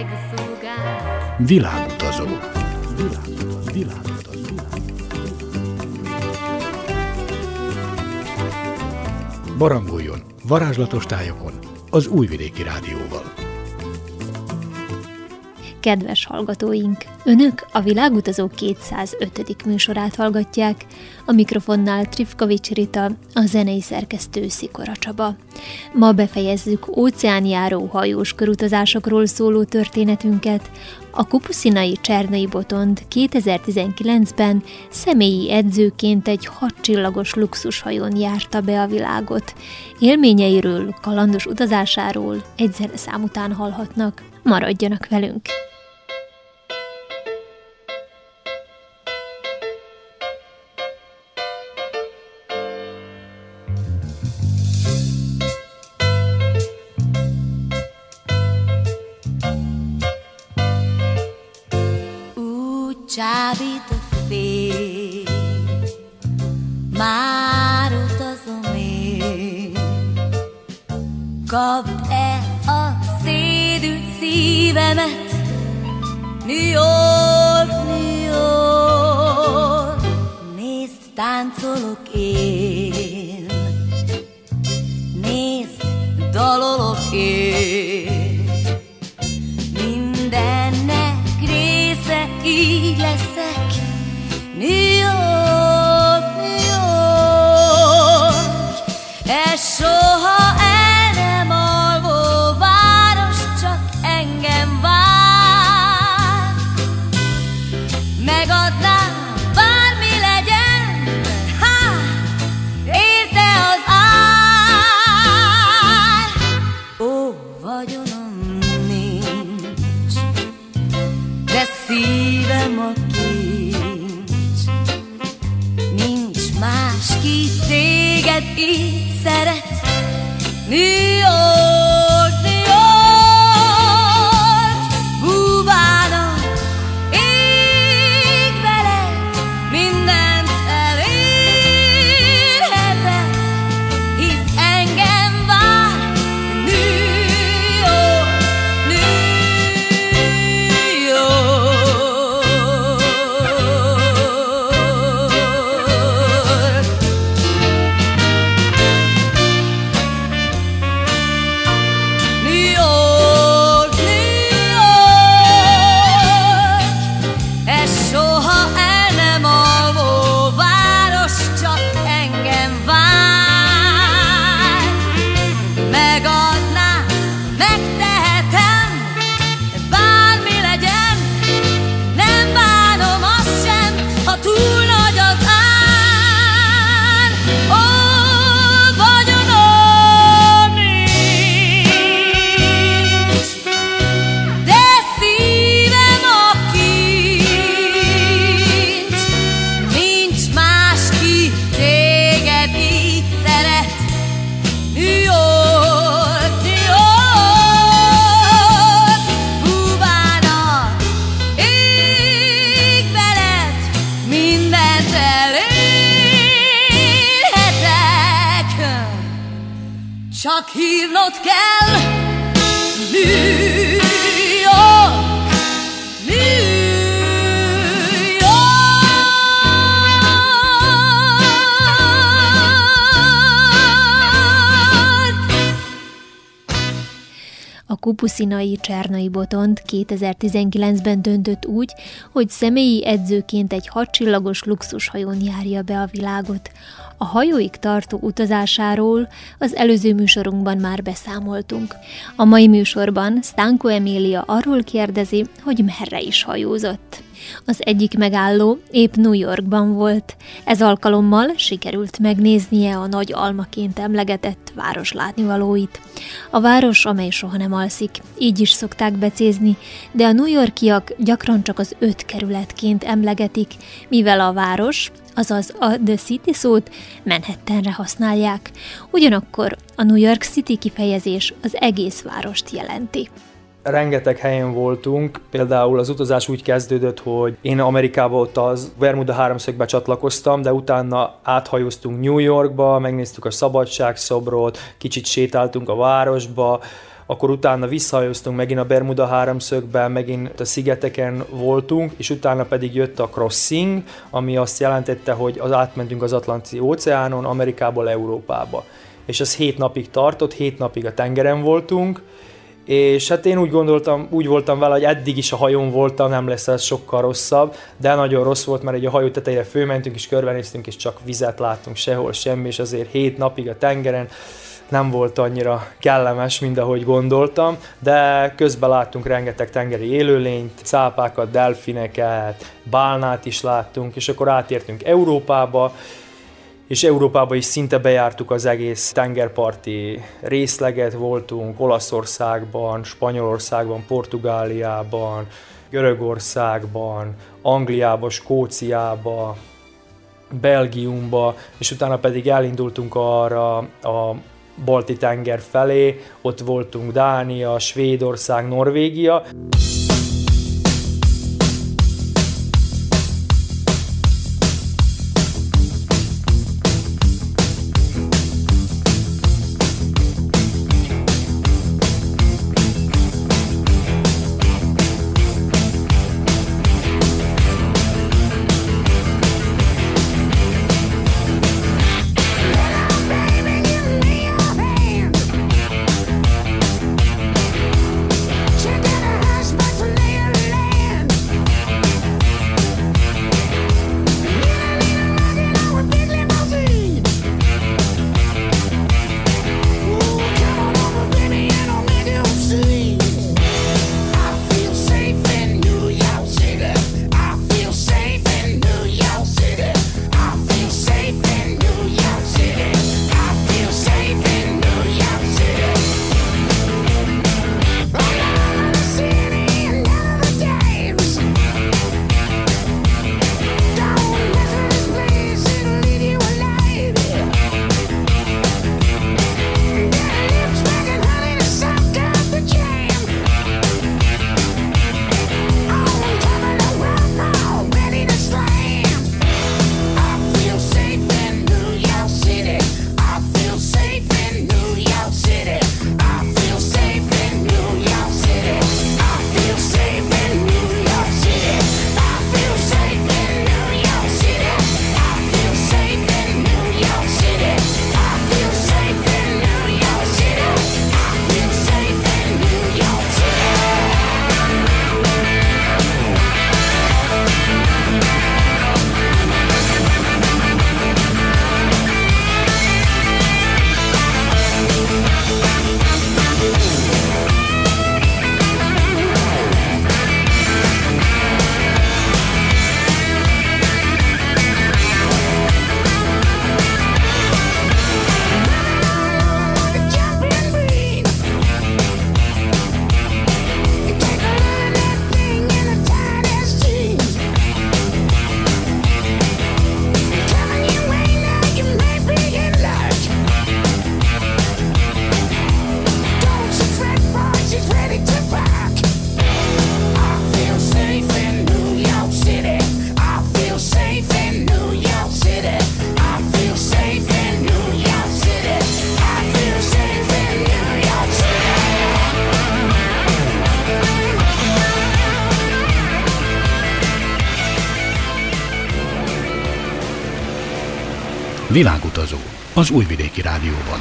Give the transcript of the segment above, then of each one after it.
Világutazó. Barangoljon varázslatos tájokon az Újvidéki Rádióval. Kedves hallgatóink! Önök a Világutazó 205. műsorát hallgatják, a mikrofonnál Trifkovics Rita, a zenei szerkesztő Szikora Csaba. Ma befejezzük óceánjáró hajós körutazásokról szóló történetünket. A kupuszinai Csernai Botond 2019-ben személyi edzőként egy 6 csillagos luxushajón járta be a világot. Élményeiről, kalandos utazásáról egy zeneszám után hallhatnak. Maradjanak velünk! Csábít a fény, már utazom én. Kapd el a szédült szívemet, New York, New York. Nézd, táncolok én, nézd, dalolok én. Mindennek része, így leszek. New York, New York. Ez soha el nem alvó város, csak engem vár. Megadnám, bármi legyen, ha, érte az ár. Ó, vagyonom nincs, de szívem a kincs. Nincs más, ki téged így szeret. New York, New York. Búválok, ég veled, mindent elérhetek, hisz engem vár. New York, New York. New York, New York. Ez soha el nem alvó város, csak engem vár. Megadnám, megtehetem, bármi legyen, nem bánom azt sem, ha túl nagy az ár. Ó, vagyonom nincs, de szívem a kincs. Nincs más, ki téged így szeret. New York, New York. Búválnak, ég veled, mindent elérhetek, csak hívnod kell. New York, New York. A kupuszinai Csernai Botond 2019-ben döntött úgy, hogy személyi edzőként egy 6 csillagos luxushajón járja be a világot. A hajóig tartó utazásáról az előző műsorunkban már beszámoltunk. A mai műsorban Stanko Emília arról kérdezi, hogy merre is hajózott. Az egyik megálló épp New Yorkban volt. Ez alkalommal sikerült megnéznie a nagy almaként emlegetett város látnivalóit. A város, amely soha nem alszik, így is szokták becézni, de a New Yorkiak gyakran csak az 5 kerületként emlegetik, mivel a város, azaz a The City szót Manhattanre használják. Ugyanakkor a New York City kifejezés az egész várost jelenti. Rengeteg helyen voltunk, például az utazás úgy kezdődött, hogy én Amerikába ott az Bermuda háromszögbe csatlakoztam, de utána áthajóztunk New Yorkba, megnéztük a Szabadságszobrot, kicsit sétáltunk a városba, akkor utána visszahajóztunk megint a Bermuda háromszögbe, megint a szigeteken voltunk, és utána pedig jött a crossing, ami azt jelentette, hogy átmentünk az Atlanti-óceánon, Amerikából Európába. És ez 7 napig tartott, 7 napig a tengeren voltunk, és hát én úgy voltam vele, hogy eddig is a hajón voltam, nem lesz ez sokkal rosszabb, de nagyon rossz volt, mert egy a hajó tetejére fölmentünk és körbenéztünk, és csak vizet láttunk, sehol semmi, és azért 7 napig a tengeren nem volt annyira kellemes, mint ahogy gondoltam, de közben láttunk rengeteg tengeri élőlényt, cápákat, delfineket, bálnát is láttunk, és akkor átértünk Európába, és Európában is szinte bejártuk az egész tengerparti részleget, voltunk Olaszországban, Spanyolországban, Portugáliában, Görögországban, Angliába, Skóciába, Belgiumba, és utána pedig elindultunk arra a Balti-tenger felé, ott voltunk Dánia, Svédország, Norvégia. Világutazó az Újvidéki Rádióban.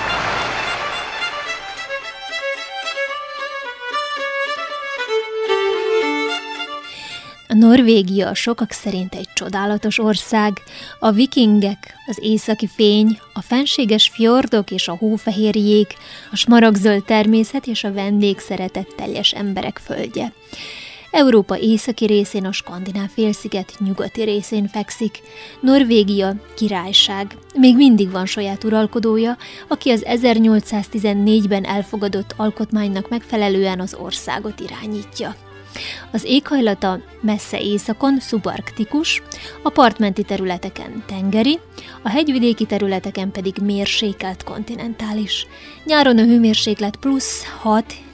Norvégia sokak szerint egy csodálatos ország, a vikingek, az északi fény, a fenséges fjordok és a hófehér jég, a smaragdzöld természet és a vendégszeretetteljes emberek földje. Európa északi részén a Skandináv félsziget nyugati részén fekszik. Norvégia királyság. Még mindig van saját uralkodója, aki az 1814-ben elfogadott alkotmánynak megfelelően az országot irányítja. Az éghajlata messze északon szubarktikus, a partmenti területeken tengeri, a hegyvidéki területeken pedig mérsékelt kontinentális. Nyáron a hőmérséklet +6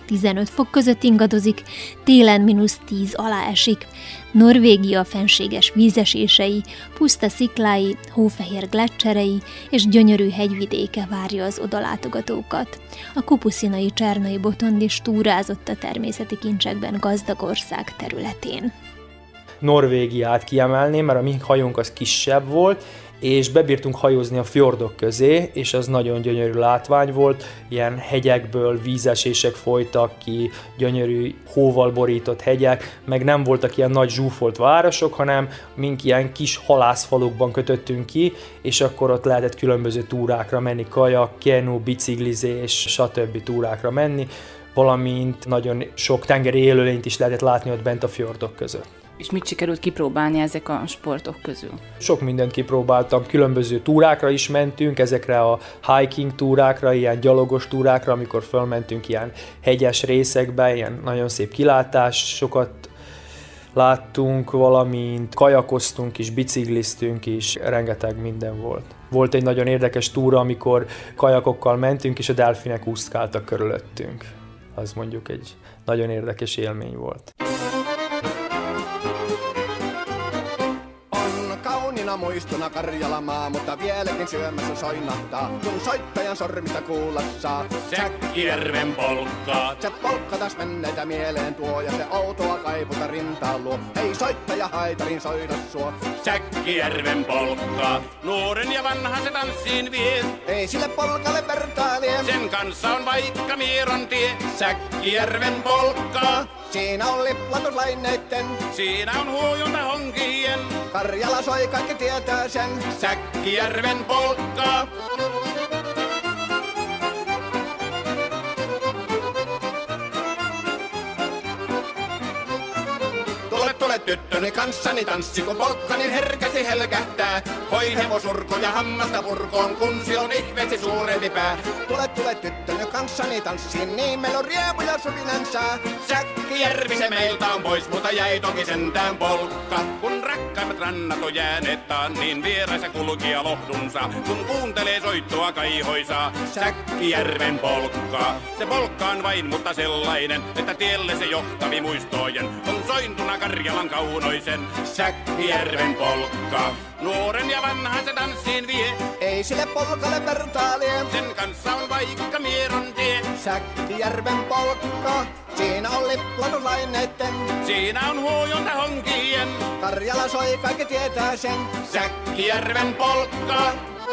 15 fok között ingadozik, télen -10 alá esik. Norvégia fenséges vízesései, puszta sziklái, hófehér gleccserei és gyönyörű hegyvidéke várja az odalátogatókat. A kupuszinai Csernai Botond is túrázott a természeti kincsekben gazdag ország területén. Norvégiát kiemelném, mert a mi hajónk az kisebb volt, és bebírtunk hajózni a fjordok közé, és az nagyon gyönyörű látvány volt, ilyen hegyekből vízesések folytak ki, gyönyörű hóval borított hegyek, meg nem voltak ilyen nagy zsúfolt városok, hanem mink ilyen kis halászfalukban kötöttünk ki, és akkor ott lehetett különböző túrákra menni, kajak, kenu, biciklizés, stb. Túrákra menni, valamint nagyon sok tengeri élőlényt is lehetett látni ott bent a fjordok között. És mit sikerült kipróbálni ezek a sportok közül? Sok mindent kipróbáltam, különböző túrákra is mentünk, ezekre a hiking túrákra, ilyen gyalogos túrákra, amikor fölmentünk ilyen hegyes részekbe, ilyen nagyon szép kilátás, sokat láttunk, valamint kajakoztunk is, bicikliztünk is, rengeteg minden volt. Volt egy nagyon érdekes túra, amikor kajakokkal mentünk, és a delfinek úszkáltak körülöttünk. Az mondjuk egy nagyon érdekes élmény volt. Muistona Karjalamaa, mutta vieläkin syömässä soinahtaa, kun soittajan sormista kuulla saa. Säkkijärven polkkaa. Se polkka taas menneitä mieleen tuo, ja se outoa kaiputa rintaan luo. Hei soittaja haitarin soida suo. Säkkijärven polkkaa. Nuoren ja vanhan se tanssiin vie. Ei sille polkalle vertailie. Sen kanssa on vaikka Mieron tie. Säkkijärven polkkaa. Siinä on liplatuslaineitten. Siinä on huojunta honkien. Karjala soi, kaikki tietää sen. Säkkijärven polkkaa. Tule tyttöni kanssani tanssi, kun polkkani herkästi helkähtää. Hoi hevosurko ja hammasta purkoon, kun se on ihmeesti suurempi pää. Tule tyttöni kanssani tanssiin, niin meillä on riemu ja suvinansa. Säkkijärvi se meiltä on pois, mutta jäi toki sentään polkka. Kun rakkaimmat rannat on jääneet taan, niin vieressä kulkija lohdunsa. Kun kuuntelee soittoa kaihoisaa, Säkkijärven polkkaa. Se polkka on vain, mutta sellainen, että tielle se johtavi muistojen on sointuna Karjalan kaunoisen Säkkijärven polkka. Nuoren ja vanhan se tanssiin vie. Ei sille polkalle vertailie. Sen kanssa on vaikka Mieron tie. Säkkijärven polkka. Siinä on liplatuslaineitten. Siinä on huojonta honkien. Karjala soi, kaikki tietää sen. Säkkijärven polkka.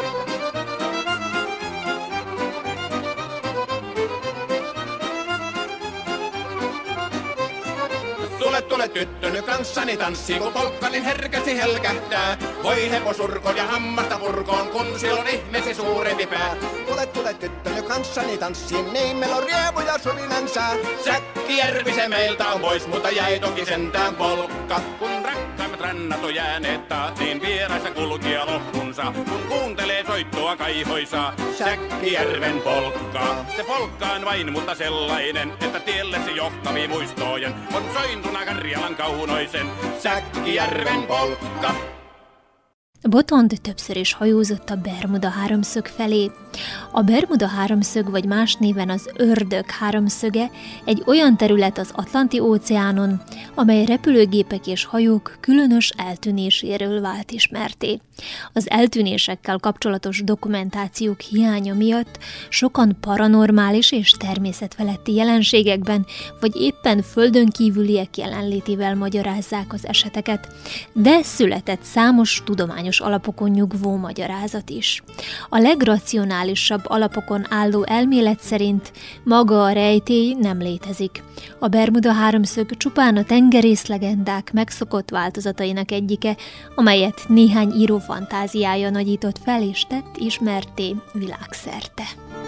Tule tyttöny kanssani tanssi, kun polkkani herkästi helkähtää. Voi hevosurko ja hammasta purkoon, kun se on ihmeesi suurempi pää. Tule tyttöny kanssani tanssiin, niin meillä on riemu ja suvinansa. Säkkijärvi se meiltä on pois, mutta jäi toki sentään polkka. Kun rakkaimmat rannat on jääneet taat, niin vieraissa kulkija lohdunsa. Kun kuuntelee soittoa kaihoisaa, Säkkijärven polkkaa. Se polkka on vain, mutta sellainen, että tielle se johtavi muistojen on sointuna Karjalan kaunoisen Säkkijärven polkka. Botond többször is hajózott a Bermuda háromszög felé. A Bermuda háromszög, vagy más néven az Ördög háromszöge egy olyan terület az Atlanti-óceánon, amely repülőgépek és hajók különös eltűnéséről vált ismertté. Az eltűnésekkel kapcsolatos dokumentációk hiánya miatt sokan paranormális és természetfeletti jelenségekben, vagy éppen földön kívüliek jelenlétével magyarázzák az eseteket, de született számos tudományos alapokon nyugvó magyarázat is. A legracionálisabb alapokon álló elmélet szerint maga a rejtély nem létezik. A Bermuda háromszög csupán a tengerészlegendák megszokott változatainak egyike, amelyet néhány író fantáziája nagyított fel és tett ismertté világszerte.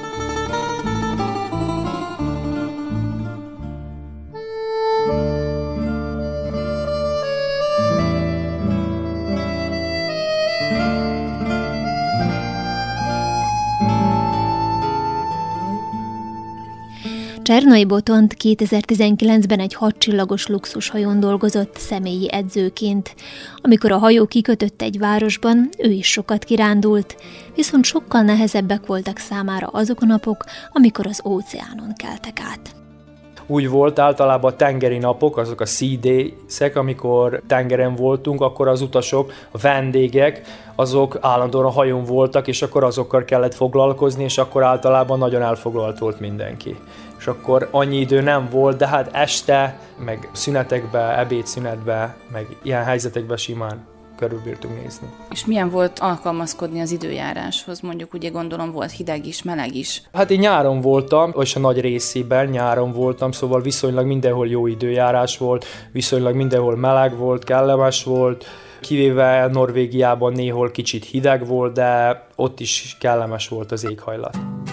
Csernai Botond 2019-ben egy 6 csillagos luxushajón dolgozott személyi edzőként. Amikor a hajó kikötött egy városban, ő is sokat kirándult, viszont sokkal nehezebbek voltak számára azok a napok, amikor az óceánon keltek át. úgy volt általában a tengeri napok, azok a sea days-ek, amikor tengeren voltunk, akkor az utasok, a vendégek, azok állandóan a hajón voltak, és akkor azokkal kellett foglalkozni, és akkor általában nagyon elfoglalt volt mindenki. És akkor annyi idő nem volt, de hát este, meg szünetekbe, ebédszünetbe, meg ilyen helyzetekbe simán körülbírtunk nézni. És milyen volt alkalmazkodni az időjáráshoz? Mondjuk ugye gondolom volt hideg is, meleg is. Hát én nyáron voltam, és a nagy részében nyáron voltam, szóval viszonylag mindenhol jó időjárás volt, viszonylag mindenhol meleg volt, kellemes volt, kivéve Norvégiában néhol kicsit hideg volt, de ott is kellemes volt az éghajlat.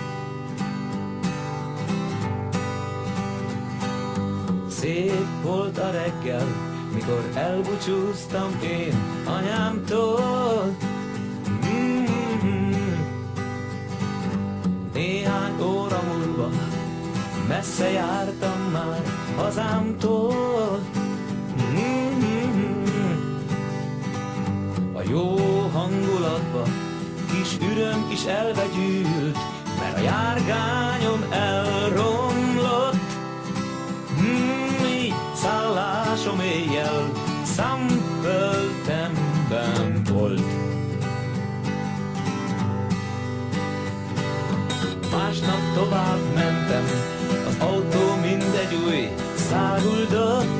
Szép volt a reggel, mikor elbúcsúztam én anyámtól. Néhány óra múlva messze jártam már hazámtól. A jó hangulatba kis üröm is elvegyült, mert a járgányom elromlott. Így szállásom éjjel Szamföldemben volt. Másnap tovább mentem, az autó mindegy új száguldott.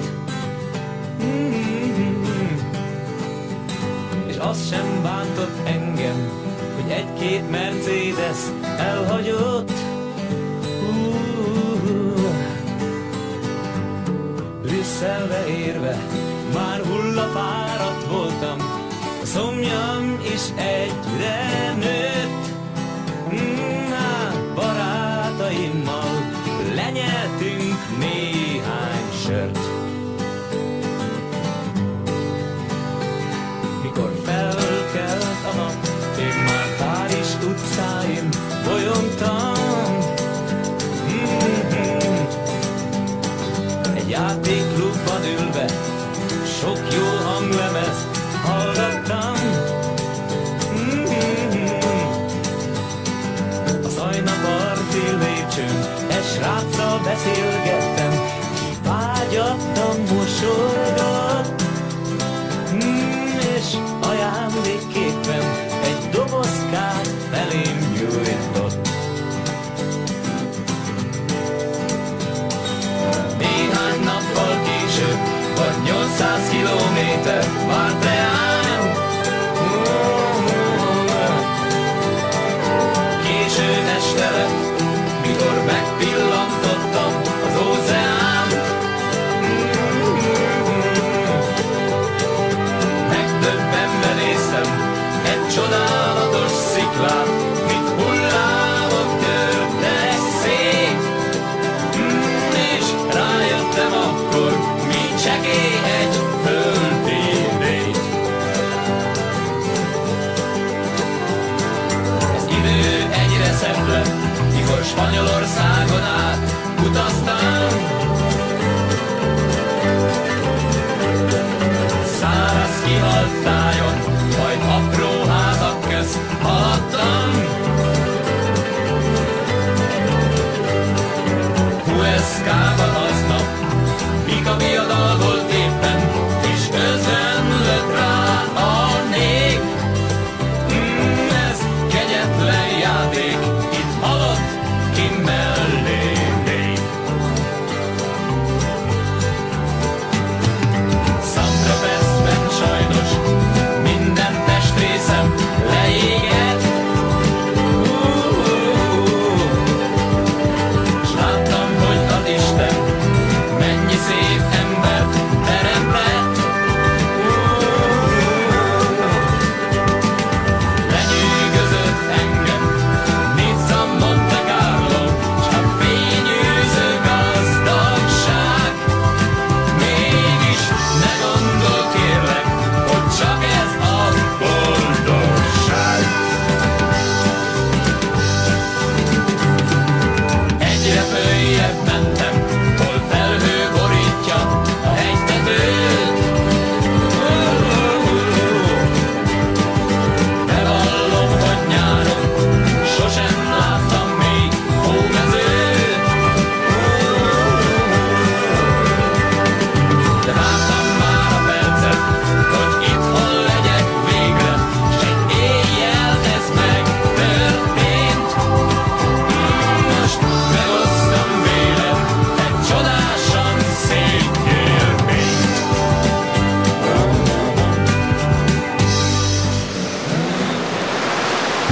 És az sem bántott engem, hogy egy-két Mercedes elhagyott. Brüsszelbe érve már hullafáradt voltam, a szomjam is egyre nőtt. Barátaimmal lenyeltünk néhány sört. Mikor felkelt a nap, én már Párizs utcáin bolyongtam. Egy játékklubban ülve sok jó hanglemezt hallgattam. A Szajna parti lépcsőn egy sráccal beszélgettem, ki vágyattam, mosolygott, és ajándékképpen egy dobozkát felém nyújtott. Néhány nappal később, vagy 800 kilométer várt reám. Késő este lett, mikor megpillantottam az óceánt. Megdöbbenve néztem egy csodálatos sziklát, mint hullámok törtek szét. És rájöttem akkor, mint csekély egy földtérét. Az idő egyre szebb lett, mikor Spanyolországon át utaztam. Száraz kihalt tájon, majd apró házak közt haladtam. Huescában aznap Mika viadal volt éppen, és özönlött rá a nép. Ez kegyetlen játék, itt halott ki mellé nép.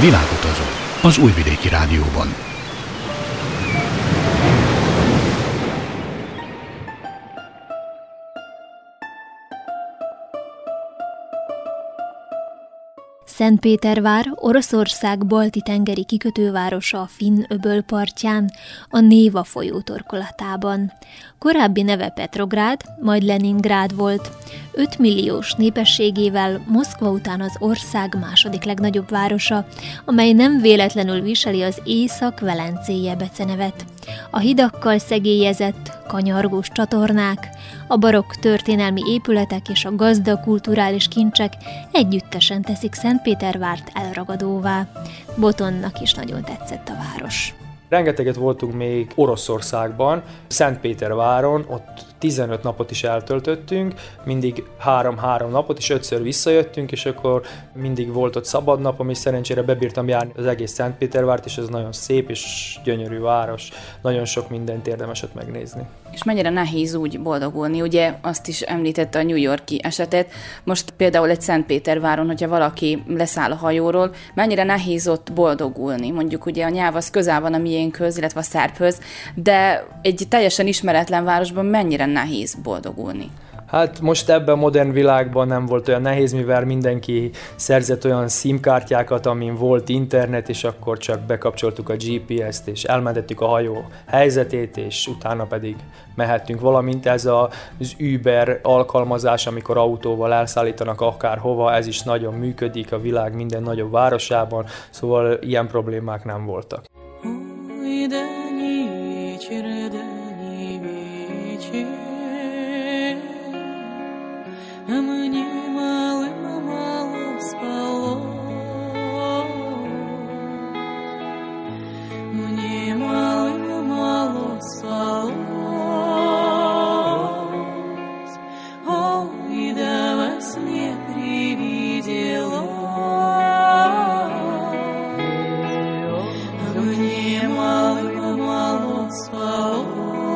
Világutazó az Újvidéki Rádióban. Szentpétervár Oroszország balti-tengeri kikötővárosa a Finn-öböl partján, a Néva folyó torkolatában. Korábbi neve Petrográd, majd Leningrád volt. 5 milliós népességével Moszkva után az ország második legnagyobb városa, amely nem véletlenül viseli az Észak-Velencéje becenevet. A hidakkal szegélyezett, kanyargós csatornák, a barokk történelmi épületek és a gazdag kulturális kincsek együttesen teszik Szentpétervárt elragadóvá. Botonnak is nagyon tetszett a város. Rengeteget voltunk még Oroszországban, Szentpéterváron, ott 15 napot is eltöltöttünk, mindig 3 napot, és 5-ször visszajöttünk, és akkor mindig volt ott szabad napom, és szerencsére bebírtam járni az egész Szentpétervárt, és ez nagyon szép és gyönyörű város, nagyon sok mindent érdemes ott megnézni. És mennyire nehéz úgy boldogulni, ugye azt is említette a New York-i esetet, most például egy Szentpéterváron, hogyha valaki leszáll a hajóról, mennyire nehéz ott boldogulni, mondjuk ugye a nyelv az közel van a miénkhöz, illetve a szerbhöz, de egy teljesen ismeretlen városban mennyire nehéz boldogulni? Hát most ebben a modern világban nem volt olyan nehéz, mivel mindenki szerzett olyan SIM-kártyákat, amin volt internet, és akkor csak bekapcsoltuk a GPS-t, és elmentettük a hajó helyzetét, és utána pedig mehettünk. Valamint ez az Uber alkalmazás, amikor autóval elszállítanak akárhova, ez is nagyon működik a világ minden nagyobb városában, szóval ilyen problémák nem voltak. Мне мало спалось, мне мало спалось, ой, да во сне привиделось, мне мало спалось.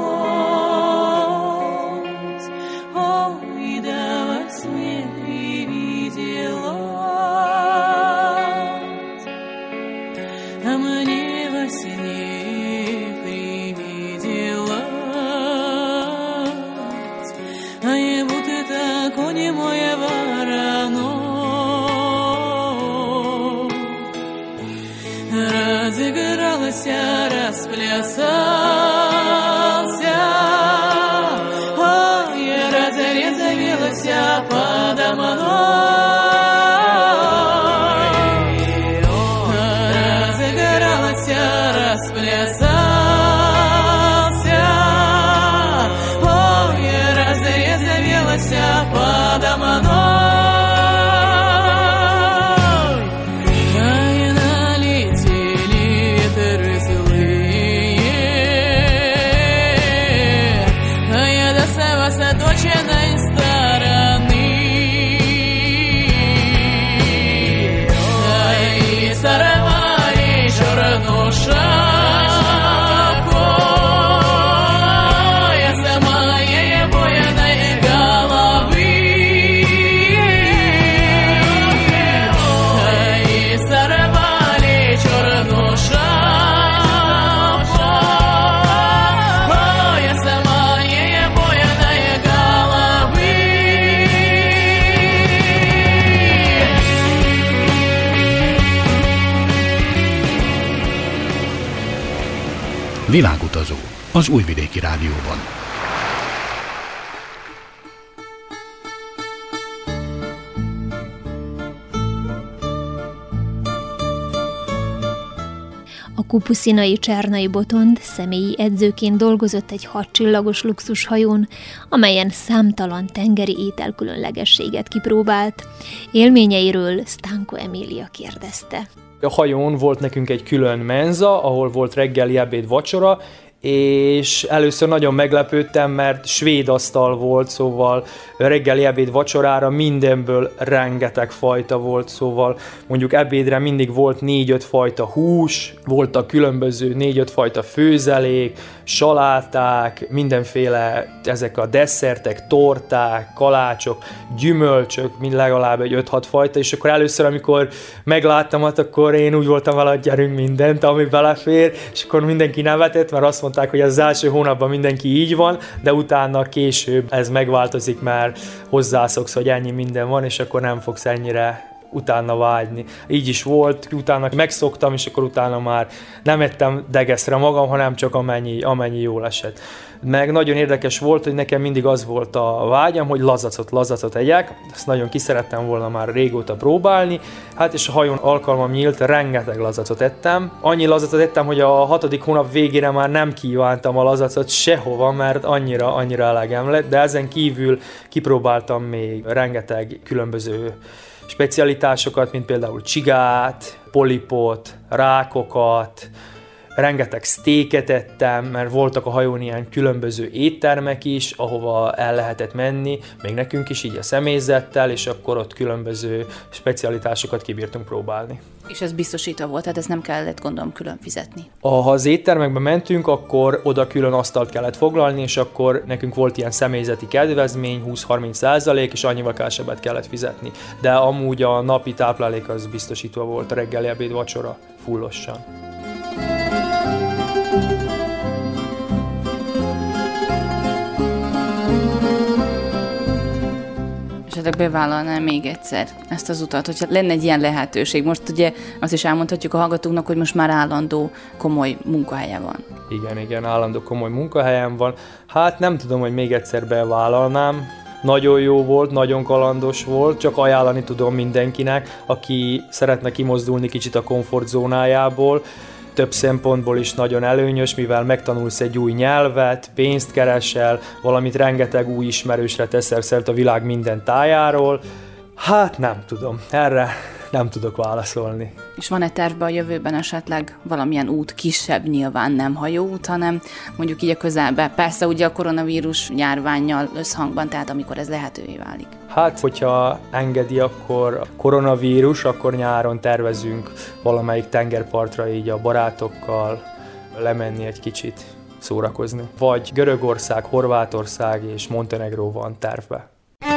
Расплясался, ой, разрезавелся подо мной, разыгралась, расплясался, ой, разрезавелся подо мной. Világutazó az Újvidéki Rádióban. A kupuszinai Csernai Botond személyi edzőként dolgozott egy 6 csillagos luxushajón, amelyen számtalan tengeri ételkülönlegességet kipróbált. Élményeiről Stanko Emília kérdezte. A hajón volt nekünk egy külön menza, ahol volt reggeli, ebéd, vacsora, és először nagyon meglepődtem, mert svéd asztal volt, szóval reggeli, ebéd, vacsorára mindenből rengeteg fajta volt, szóval mondjuk ebédre mindig volt 4-5 fajta hús, voltak különböző 4-5 fajta főzelék, saláták, mindenféle ezek a desszertek, torták, kalácsok, gyümölcsök, mind legalább egy 5-6 fajta, és akkor először, amikor megláttam, akkor én úgy voltam vele, hogy gyerünk mindent, ami belefér, és akkor mindenki nevetett, mert azt mondták, hogy az első hónapban mindenki így van, de utána később ez megváltozik, mert hozzászoksz, hogy ennyi minden van, és akkor nem fogsz ennyire utána vágyni. Így is volt, utána megszoktam, és akkor utána már nem ettem degeszre magam, hanem csak amennyi jól esett. Meg nagyon érdekes volt, hogy nekem mindig az volt a vágyam, hogy lazacot egyek, ezt nagyon ki szerettem volna már régóta próbálni, hát és a hajón alkalmam nyílt, rengeteg lazacot ettem. Annyi lazacot ettem, hogy a 6. hónap végére már nem kívántam a lazacot sehova, mert annyira elegem lett, de ezen kívül kipróbáltam még rengeteg különböző specialitásokat, mint például csigát, polipot, rákokat, rengeteg sztéket ettem, mert voltak a hajón ilyen különböző éttermek is, ahova el lehetett menni, még nekünk is így a személyzettel, és akkor ott különböző specialitásokat kibírtunk próbálni. És ez biztosítva volt, tehát ezt nem kellett, gondolom, külön fizetni. Ha az éttermekbe mentünk, akkor oda külön asztalt kellett foglalni, és akkor nekünk volt ilyen személyzeti kedvezmény, 20-30%, és annyival kevesebbet kellett fizetni. De amúgy a napi táplálék az biztosítva volt, a reggeli, ebéd, vacsora fullosan. Esetleg bevállalnál még egyszer ezt az utat, hogyha lenne egy ilyen lehetőség. Most ugye azt is elmondhatjuk a hallgatóknak, hogy most már állandó, komoly munkahelye van. Igen, állandó komoly munkahelyem van. Hát nem tudom, hogy még egyszer bevállalnám. Nagyon jó volt, nagyon kalandos volt, csak ajánlani tudom mindenkinek, aki szeretne kimozdulni kicsit a komfortzónájából. Több szempontból is nagyon előnyös, mivel megtanulsz egy új nyelvet, pénzt keresel, valamit rengeteg új ismerősre teszel szert a világ minden tájáról. Hát nem tudom, erre nem tudok válaszolni. És van-e tervbe a jövőben esetleg valamilyen út, kisebb, nyilván nem hajóút, hanem mondjuk így a közelbe? Persze ugye a koronavírus járvánnyal összhangban, tehát amikor ez lehetővé válik. Hát, hogyha engedi akkor a koronavírus, akkor nyáron tervezünk valamelyik tengerpartra így a barátokkal lemenni egy kicsit szórakozni. Vagy Görögország, Horvátország és Montenegró van tervbe.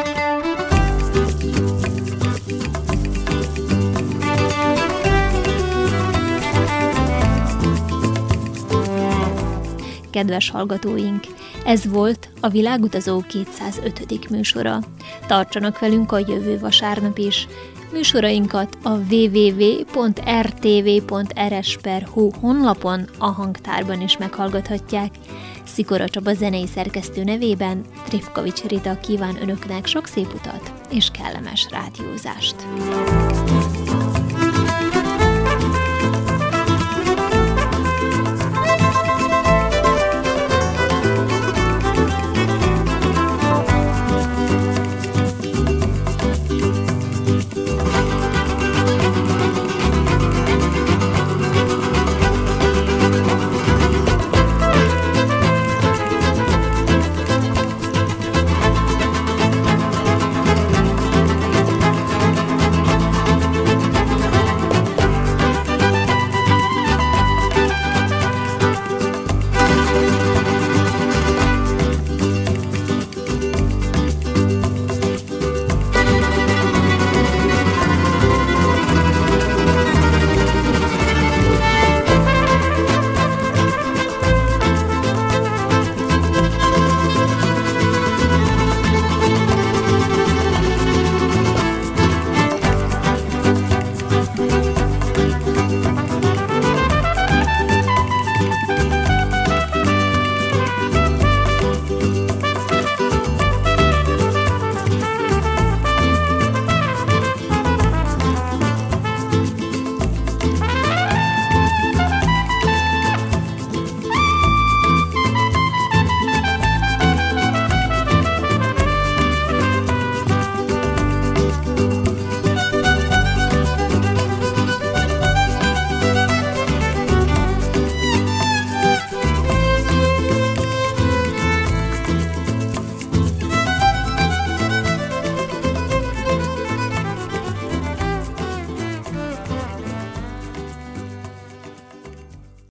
Kedves hallgatóink, ez volt a Világutazó 205. műsora. Tartsanak velünk a jövő vasárnap is. Műsorainkat a www.rtv.rs.hu honlapon, a hangtárban is meghallgathatják. Szikora Csaba zenei szerkesztő nevében Trifkovics Rita kíván önöknek sok szép utat és kellemes rádiózást.